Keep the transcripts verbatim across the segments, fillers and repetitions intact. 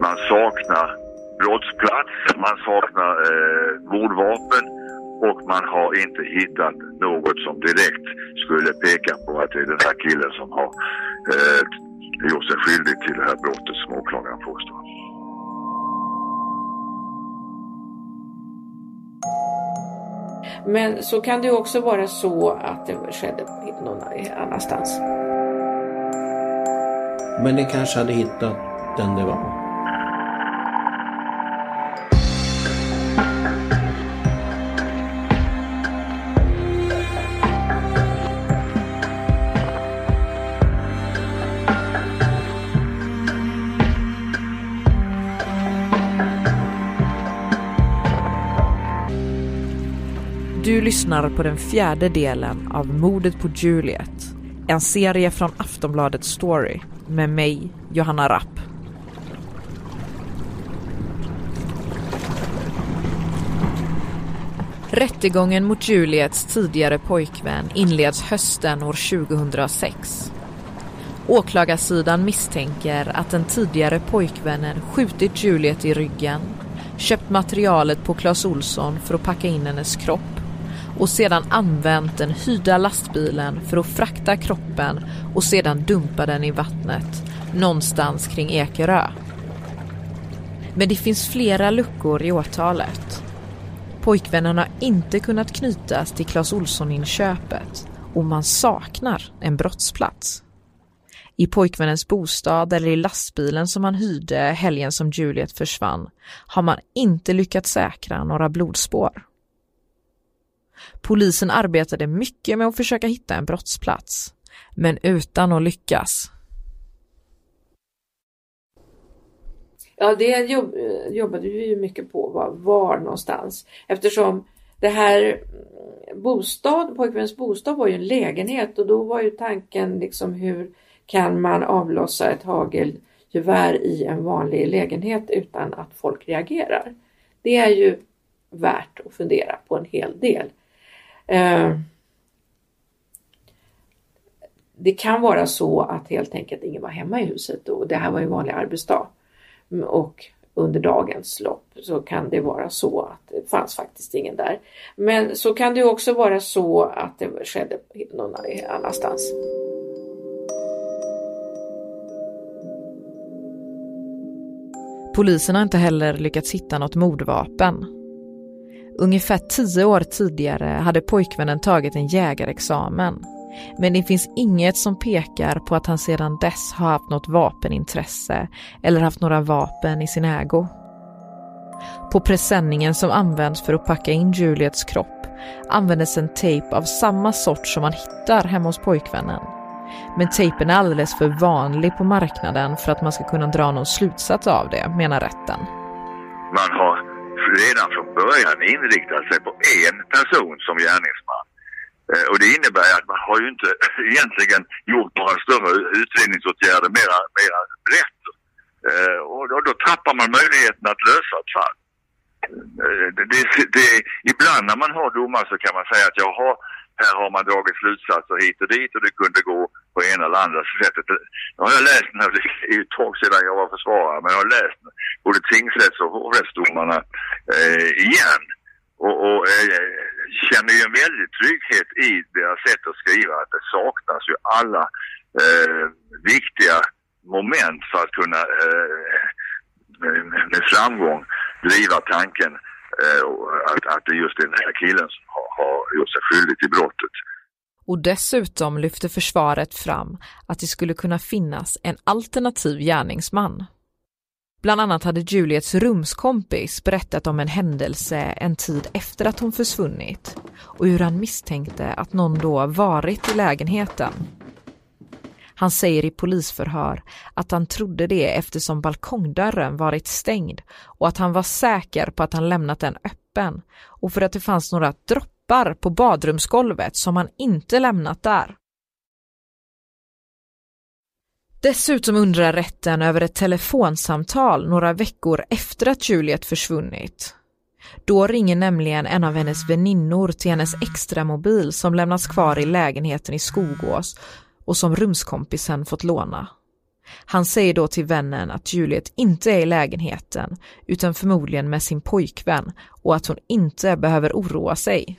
Man saknar brottsplats, man saknar eh, mordvapen och man har inte hittat något som direkt skulle peka på att det är den här killen som har eh, gjort sig skyldig till det här brottet som åklagaren påstår. Men så kan det också vara så att det skedde någon annanstans. Men det kanske hade hittat den det var. Du lyssnar på den fjärde delen av Mordet på Juliet. En serie från Aftonbladet Story med mig, Johanna Rapp. Rättegången mot Juliets tidigare pojkvän inleds hösten år tjugohundrasex. Åklagarsidan misstänker att den tidigare pojkvännen skjutit Juliet i ryggen, köpt materialet på Clas Ohlson för att packa in hennes kropp och sedan använt den hyrda lastbilen för att frakta kroppen och sedan dumpa den i vattnet någonstans kring Ekerö. Men det finns flera luckor i åtalet. Pojkvännen har inte kunnat knytas till Clas Ohlson-inköpet och man saknar en brottsplats. I pojkvännens bostad eller i lastbilen som han hyrde helgen som Juliet försvann har man inte lyckats säkra några blodspår. Polisen arbetade mycket med att försöka hitta en brottsplats, men utan att lyckas. Ja, det jobb, jobbade vi ju mycket på, var, var någonstans. Eftersom det här bostad, pojkvännens bostad var ju en lägenhet och då var ju tanken liksom hur kan man avlossa ett hagelgevär i en vanlig lägenhet utan att folk reagerar. Det är ju värt att fundera på en hel del. Eh, det kan vara så att helt enkelt ingen var hemma i huset och det här var ju en vanlig arbetsdag. Och under dagens lopp så kan det vara så att det fanns faktiskt ingen där. Men så kan det också vara så att det skedde någon annanstans. Polisen har inte heller lyckats hitta något mordvapen. Ungefär tio år tidigare hade pojkvännen tagit en jägarexamen. Men det finns inget som pekar på att han sedan dess har haft något vapenintresse eller haft några vapen i sin ägo. På presenningen som används för att packa in Juliets kropp användes en tejp av samma sort som man hittar hemma hos pojkvännen. Men tejpen är alldeles för vanlig på marknaden för att man ska kunna dra någon slutsats av det, menar rätten. Man har redan från början inriktat sig på en person som gärningsman. Och det innebär att man har ju inte egentligen gjort några större utredningsåtgärder mera, mera brett. Och då, då tappar man möjligheten att lösa ett fall. Det, det, det, ibland när man har domar så kan man säga att jag har, här har man dragit slutsatser hit och dit och det kunde gå på ena eller andra sättet. Nu har jag läst den här, det är ju ett tag sedan jag var försvarare, men jag har läst både tingsrätts- och hovrättsdomarna eh, igen. Och, och eh, känner ju en väldig trygghet i deras sätt att skriva att det saknas ju alla eh, viktiga moment för att kunna eh, med framgång driva tanken eh, att, att det just är den här killen som har, har gjort sig skyldig till brottet. Och dessutom lyfter försvaret fram att det skulle kunna finnas en alternativ gärningsman. Bland annat hade Juliets rumskompis berättat om en händelse en tid efter att hon försvunnit och hur han misstänkte att någon då varit i lägenheten. Han säger i polisförhör att han trodde det eftersom balkongdörren varit stängd och att han var säker på att han lämnat den öppen och för att det fanns några droppar på badrumsgolvet som han inte lämnat där. Dessutom undrar rätten över ett telefonsamtal några veckor efter att Juliet försvunnit. Då ringer nämligen en av hennes väninnor till hennes extramobil som lämnats kvar i lägenheten i Skogås och som rumskompisen fått låna. Han säger då till vännen att Juliet inte är i lägenheten utan förmodligen med sin pojkvän och att hon inte behöver oroa sig.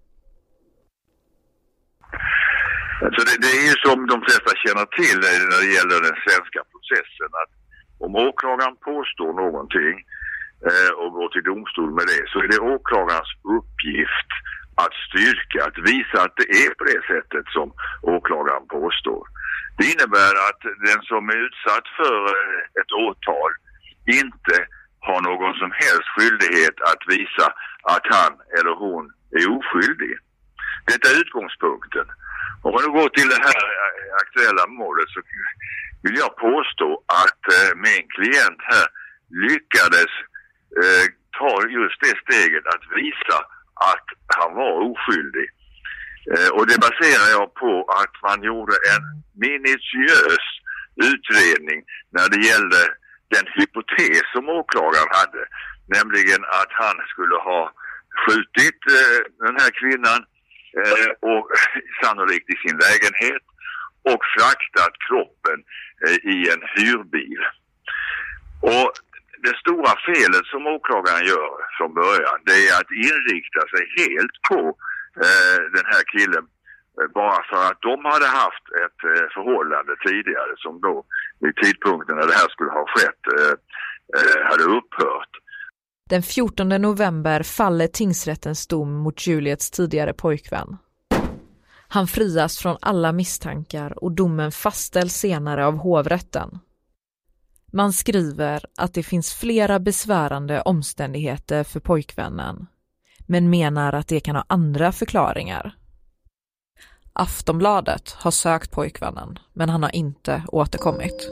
Alltså det, det är ju som de flesta känner till när det gäller den svenska processen, att om åklagaren påstår någonting eh, och går till domstol med det, så är det åklagarens uppgift att styrka, att visa att det är på det sättet som åklagaren påstår. Det innebär att den som är utsatt för ett åtal inte har någon som helst skyldighet att visa att han eller hon är oskyldig. Detta är utgångspunkten. Om man går till det här aktuella målet så vill jag påstå att min klient här lyckades eh, ta just det steget att visa att han var oskyldig. Eh, och det baserar jag på att man gjorde en minutiös utredning när det gällde den hypotes som åklagaren hade. Nämligen att han skulle ha skjutit eh, den här kvinnan eh, och sannolikt i sin lägenhet och fraktat kroppen eh, i en hyrbil. Och det stora felet som åklagaren gör från början, det är att inrikta sig helt på eh, den här killen eh, bara för att de hade haft ett eh, förhållande tidigare som då vid tidpunkten när det här skulle ha skett eh, eh, hade upphört. Den fjortonde november faller tingsrättens dom mot Juliets tidigare pojkvän. Han frias från alla misstankar och domen fastställs senare av hovrätten. Man skriver att det finns flera besvärande omständigheter för pojkvännen, men menar att det kan ha andra förklaringar. Aftonbladet har sökt pojkvännen, men han har inte återkommit.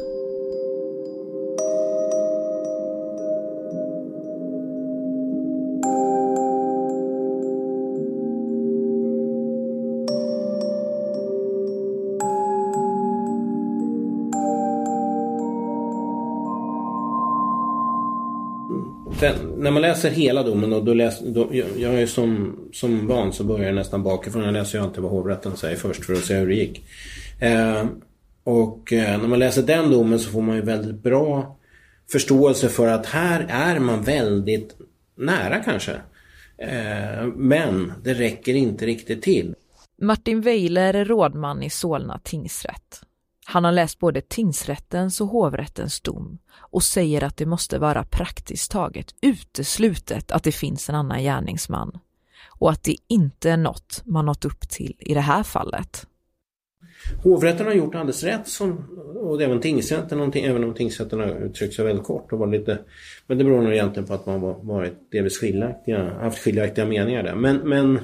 Den, när man läser hela domen och då läser, då, jag är som, som van så börjar jag nästan bakifrån. Jag läser ju alltid vad hovrätten säger först för att se hur det gick. Eh, och eh, när man läser den domen så får man ju väldigt bra förståelse för att här är man väldigt nära kanske. Eh, men det räcker inte riktigt till. Martin Weiler är rådman i Solna tingsrätt. Han har läst både tingsrättens och hovrättens dom och säger att det måste vara praktiskt taget uteslutet att det finns en annan gärningsman och att det inte är något man nått upp till i det här fallet. Hovrätten har gjort alldeles rätt som, och även tingsrätten, även om tingsrätten har uttryckt sig väldigt kort och var lite, men det beror nog egentligen på att man var, varit delvis skiljaktiga, haft skiljaktiga meningar där. Men, men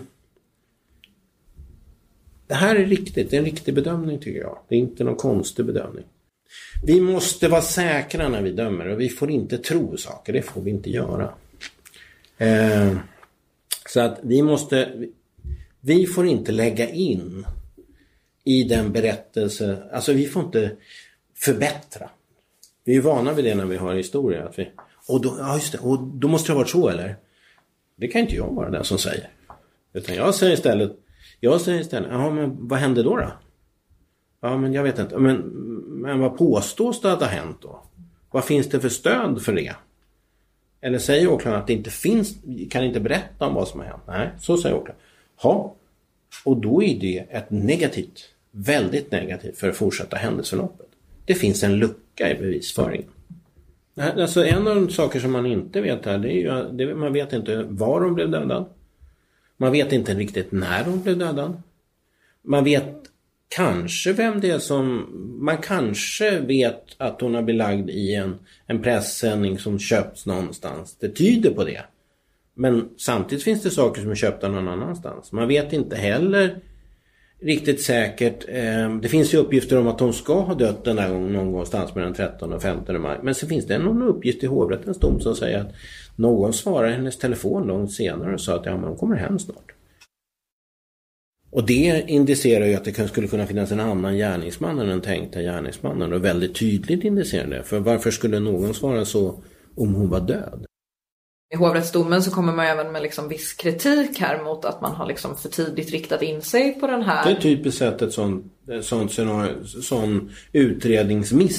det här är riktigt, det är en riktig bedömning tycker jag. Det är inte någon konstig bedömning. Vi måste vara säkra när vi dömer och vi får inte tro saker, det får vi inte göra. Eh, så att vi måste, vi får inte lägga in i den berättelse, alltså vi får inte förbättra. Vi är vana vid det när vi har historia. Att vi, och, då, ja just det, och då måste det ha varit så eller? Det kan inte jag vara den som säger. Utan jag säger istället, jag säger istället, ja men vad hände då då? Ja men jag vet inte, men, men vad påstås det att det har hänt då? Vad finns det för stöd för det? Eller säger åklagaren att det inte finns, kan inte berätta om vad som har hänt? Nej, så säger åklagaren. Ja, och då är det ett negativt, väldigt negativt för det fortsatta händelseförloppet. Det finns en lucka i bevisföringen. Alltså en av de saker som man inte vet här, det är ju, det, man vet inte var de blev dödad. Man vet inte riktigt när de blev dödad. Man vet kanske vem det är som, man kanske vet att hon har belagd i en, en pressändning som köpts någonstans. Det tyder på det. Men samtidigt finns det saker som är köpta någon annanstans. Man vet inte heller riktigt säkert. Eh, det finns ju uppgifter om att hon ska ha dött den där gången någon gångstans mellan trettonde och femtonde maj. Men så finns det någon uppgift i hovrättens dom som säger att någon svarar hennes telefon långt senare och sa att ja, men hon kommer hem snart. Och det indicerar ju att det skulle kunna finnas en annan gärningsman än den tänkta gärningsmannen. Och väldigt tydligt indicerar det. För varför skulle någon svara så om hon var död? I hovrättsdomen så kommer man även med liksom viss kritik här mot att man har liksom för tidigt riktat in sig på den här. Det är typiskt sett ett sånt, sånt scenario, sån utredningsmiss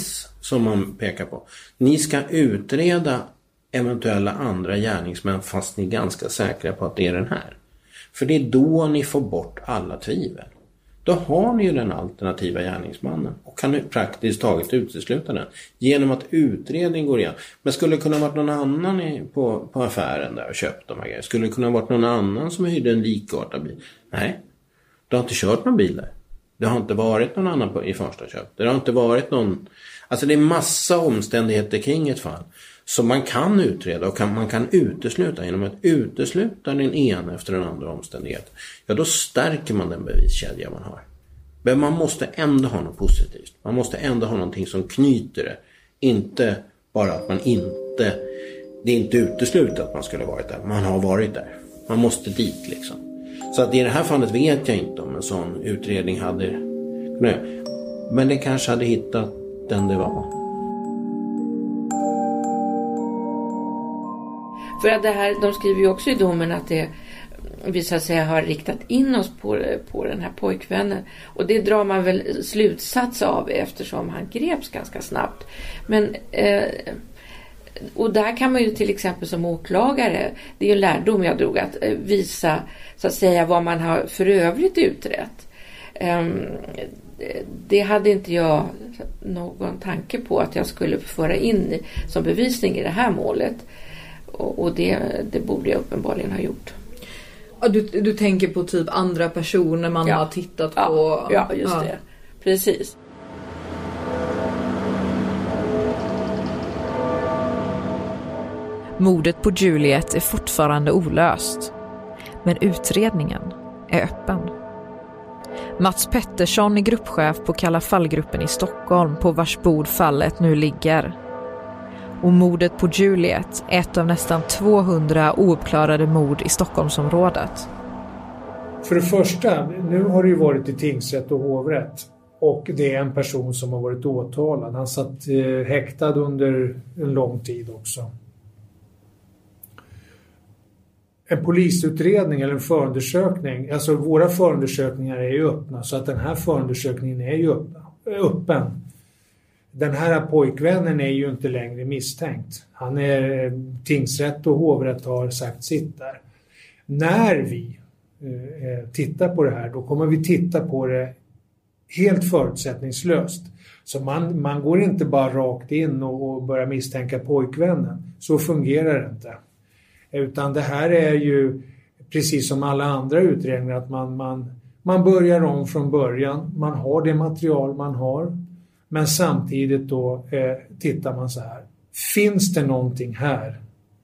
som man pekar på. Ni ska utreda eventuella andra gärningsmän fast ni är ganska säkra på att det är den här. För det är då ni får bort alla tvivel. Då har ni ju den alternativa gärningsmannen och kan nu praktiskt taget utesluta den genom att utredning går igen. Men skulle det kunna varit någon annan i, på, på affären där och köpt de här grejerna? Skulle det kunna varit någon annan som hyrde en likartad bil? Nej, du har inte kört någon bil där. Det har inte varit någon annan på, i första köp. Det har inte varit någon... Alltså det är massa omständigheter kring ett fall som man kan utreda och kan, man kan utesluta. Genom att utesluta den ena efter den andra omständigheten, ja då stärker man den beviskedja man har. Men man måste ändå ha något positivt. Man måste ändå ha någonting som knyter det. Inte bara att man inte... Det är inte uteslutet att man skulle varit där. Man har varit där. Man måste dit liksom. Så att i det här fallet vet jag inte om en sån utredning hade... Nej. Men det kanske hade hittat den det var. För att det här, de skriver ju också i domen att det vi så att säga har riktat in oss på, på den här pojkvännen. Och det drar man väl slutsats av eftersom han greps ganska snabbt. Men... Eh, och där kan man ju till exempel som åklagare, det är ju en lärdom jag drog, att visa så att säga vad man har för övrigt utrett. Det hade inte jag någon tanke på att jag skulle föra in som bevisning i det här målet. Och det, det borde jag uppenbarligen ha gjort. Ja, du, du tänker på typ andra personer man ja. har tittat på? Ja, ja just ja. det. Precis. Mordet på Juliet är fortfarande olöst, men utredningen är öppen. Mats Pettersson är gruppchef på Kalla fallgruppen i Stockholm, på vars bord fallet nu ligger. Och mordet på Juliet är ett av nästan tvåhundra ouppklarade mord i Stockholmsområdet. För det första, nu har det ju varit i tingsrätt och hovrätt. Och det är en person som har varit åtalad. Han satt eh, häktad under en lång tid också. En polisutredning eller en förundersökning, alltså våra förundersökningar är ju öppna, så att den här förundersökningen är ju öppna, öppen. Den här pojkvännen är ju inte längre misstänkt. Han är tingsrätt och hovrätt har sagt sitt där. När vi eh, tittar på det här, då kommer vi titta på det helt förutsättningslöst. Så man, man går inte bara rakt in och, och börjar misstänka pojkvännen. Så fungerar det inte. Utan det här är ju precis som alla andra utredningar, att man, man, man börjar om från början. Man har det material man har. Men samtidigt då eh, tittar man så här. Finns det någonting här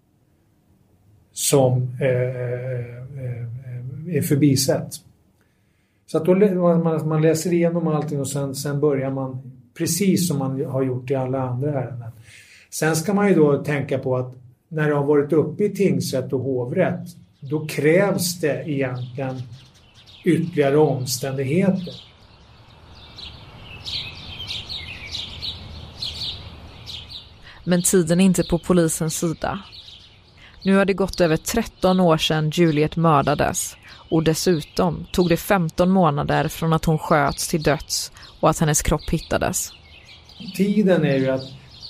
som eh, eh, är förbisett? Så att då man, man läser igenom allting och sen, sen börjar man precis som man har gjort i alla andra ärenden. Sen ska man ju då tänka på att när det har varit uppe i tingsrätt och hovrätt, då krävs det egentligen ytterligare omständigheter. Men tiden är inte på polisens sida. Nu har det gått över tretton år sedan Juliet mördades, och dessutom tog det femton månader från att hon sköts till döds och att hennes kropp hittades. Tiden är ju att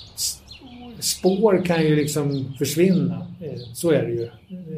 spår kan ju liksom försvinna. Så är det ju.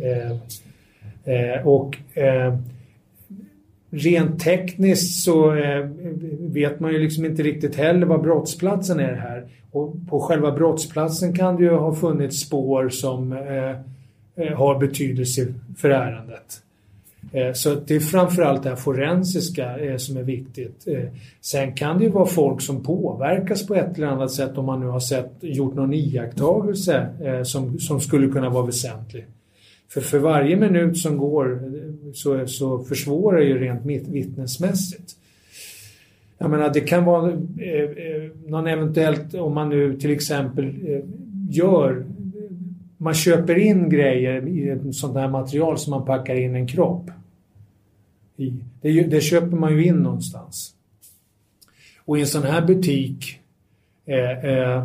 Eh, och eh, rent tekniskt så eh, vet man ju liksom inte riktigt heller vad brottsplatsen är här. Och på själva brottsplatsen kan det ju ha funnits spår som eh, har betydelse för ärendet. Eh, så det är framförallt det här forensiska eh, som är viktigt. Eh, sen kan det ju vara folk som påverkas på ett eller annat sätt om man nu har sett, gjort någon iakttagelse eh, som, som skulle kunna vara väsentlig. För för varje minut som går så, så försvårar ju rent vittnesmässigt. Jag menar, det kan vara eh, någon eventuellt, om man nu till exempel eh, gör, man köper in grejer i ett sånt här material som man packar in en kropp i. Det, det köper man ju in någonstans. Och i en sån här butik eh, eh,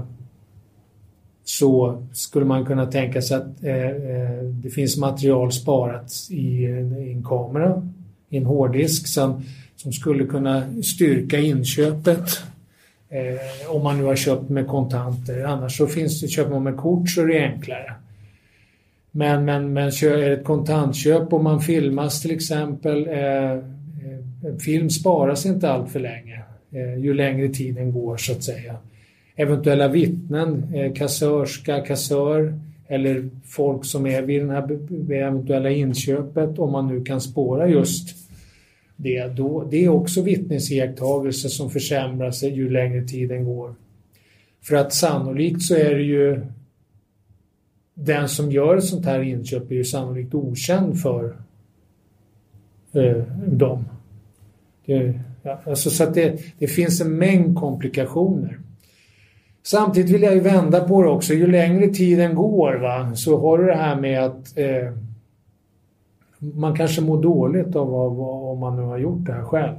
så skulle man kunna tänka sig att eh, eh, det finns material sparat i en, i en kamera, i en hårddisk som, som skulle kunna styrka inköpet Eh, om man nu har köpt med kontanter. Annars så finns det, köper man med kort så är det enklare. Men, men, men är det ett kontantköp och man filmas till exempel, eh, en film sparas inte allt för länge. Eh, ju längre tiden går så att säga. Eventuella vittnen, eh, kassörska, kassör eller folk som är vid den här vid eventuella inköpet, om man nu kan spåra just det, då, det är också vittnesiakttagelser som försämrar sig ju längre tiden går. För att sannolikt så är det ju den som gör ett sånt här inköp är ju sannolikt okänd för eh, dem. Det, ja, alltså så att det, det finns en mängd komplikationer. Samtidigt vill jag ju vända på det också. Ju längre tiden går, va, så har du det här med att eh, man kanske mår dåligt av vad, om man nu har gjort det här själv.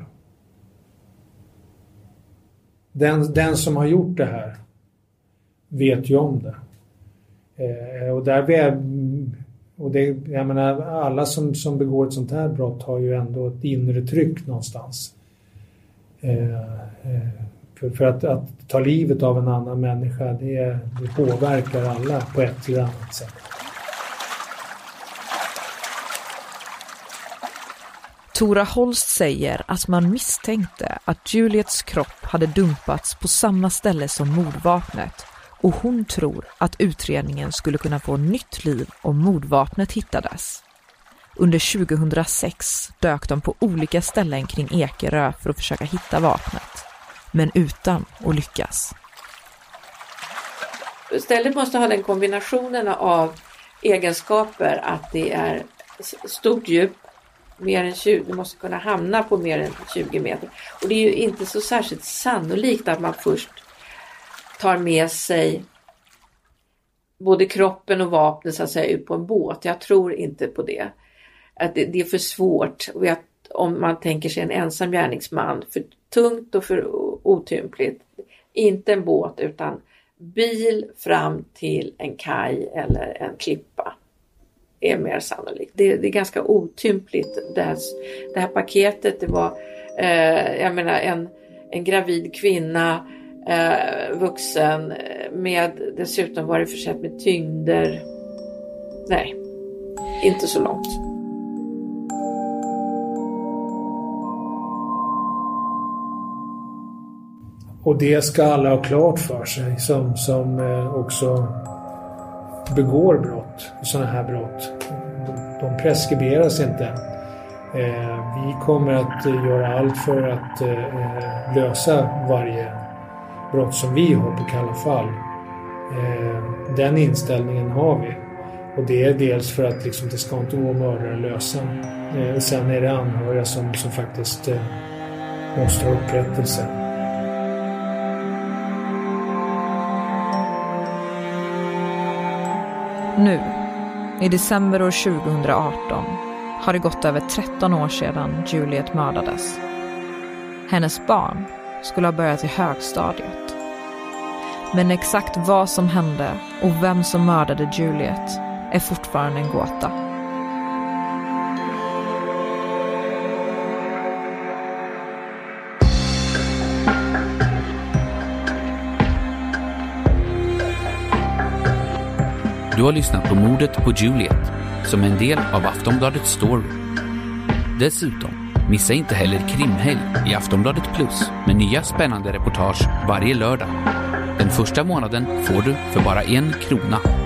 Den, den som har gjort det här vet ju om det. Eh, och där vi och det, jag menar, alla som, som begår ett sånt här brott har ju ändå ett inre tryck någonstans. Eh, eh, för för att, att ta livet av en annan människa, det, det påverkar alla på ett eller annat sätt. Tora Holst säger att man misstänkte att Juliets kropp hade dumpats på samma ställe som mordvapnet, och hon tror att utredningen skulle kunna få nytt liv om mordvapnet hittades. Under tjugohundrasex dök de på olika ställen kring Ekerö för att försöka hitta vapnet, men utan att lyckas. Stället måste ha den kombinationen av egenskaper att det är stort djup, mer än tjugo, det måste kunna hamna på mer än tjugo meter. Och det är ju inte så särskilt sannolikt att man först tar med sig både kroppen och vapnet så att säga ut på en båt. Jag tror inte på det. Att det, det är för svårt. Och att, om man tänker sig en ensam gärningsman, för tungt och för otympligt. Inte en båt utan bil fram till en kaj eller en klippa är mer sannolikt. Det, det är ganska otympligt. Det här, det här paketet, det var eh, jag menar en, en gravid kvinna, eh, vuxen, med dessutom var det försett med tyngder. Nej, inte så långt. Och det ska alla ha klart för sig som, som eh, också begår brott, sådana här brott. De preskriberas inte. Eh, vi kommer att eh, göra allt för att eh, lösa varje brott som vi har på kalla fall. Eh, den inställningen har vi. Och det är dels för att liksom, det ska inte gå att mörda och lösa. Eh, sen är det anhöriga som, som faktiskt eh, måste ha upprättelse. Nu, i december år tjugohundraarton, har det gått över tretton år sedan Juliet mördades. Hennes barn skulle ha börjat i högstadiet. Men exakt vad som hände och vem som mördade Juliet är fortfarande en gåta. Du har lyssnat på mordet på Juliet som en del av Aftonbladet Story. Dessutom, missa inte heller Krimhelg i Aftonbladet Plus med nya spännande reportage varje lördag. Den första månaden får du för bara en krona.